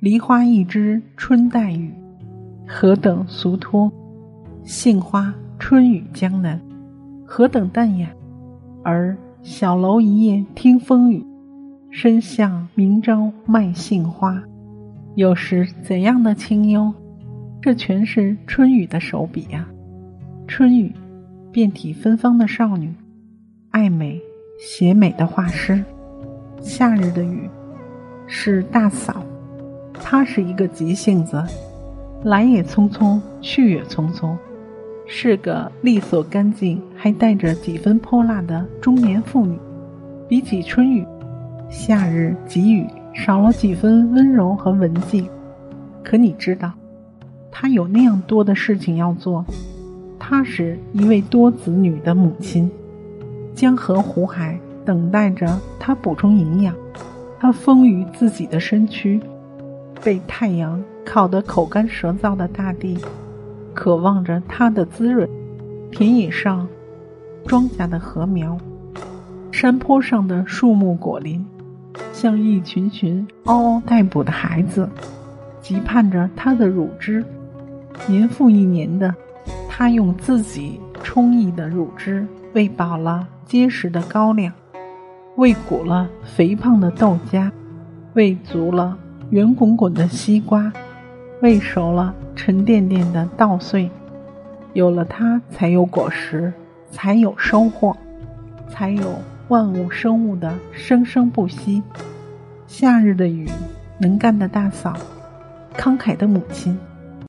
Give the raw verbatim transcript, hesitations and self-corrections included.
梨花一枝春带雨，何等俗脱。杏花春雨江南，何等淡雅。而小楼一夜听风雨，深巷明朝卖杏花。有时怎样的清幽，这全是春雨的手笔啊！春雨，遍体芬芳的少女，爱美写美的画师。夏日的雨是大嫂，她是一个急性子，来也匆匆，去也匆匆，是个利索干净还带着几分泼辣的中年妇女。比起春雨，夏日急雨少了几分温柔和文静。可你知道，她有那样多的事情要做。她是一位多子女的母亲，江河湖海等待着她补充营养。她丰腴自己的身躯，被太阳烤得口干舌燥的大地渴望着她的滋润。田野上庄稼的禾苗，山坡上的树木果林，像一群群嗷嗷待哺的孩子，急盼着她的乳汁。年复一年的，她用自己充溢的乳汁喂饱了结实的高粱，喂鼓了肥胖的豆荚，喂足了圆滚滚的西瓜，喂熟了沉甸甸的稻穗。有了它，才有果实，才有收获，才有万物生物的生生不息。夏日的雨，能干的大嫂，慷慨的母亲，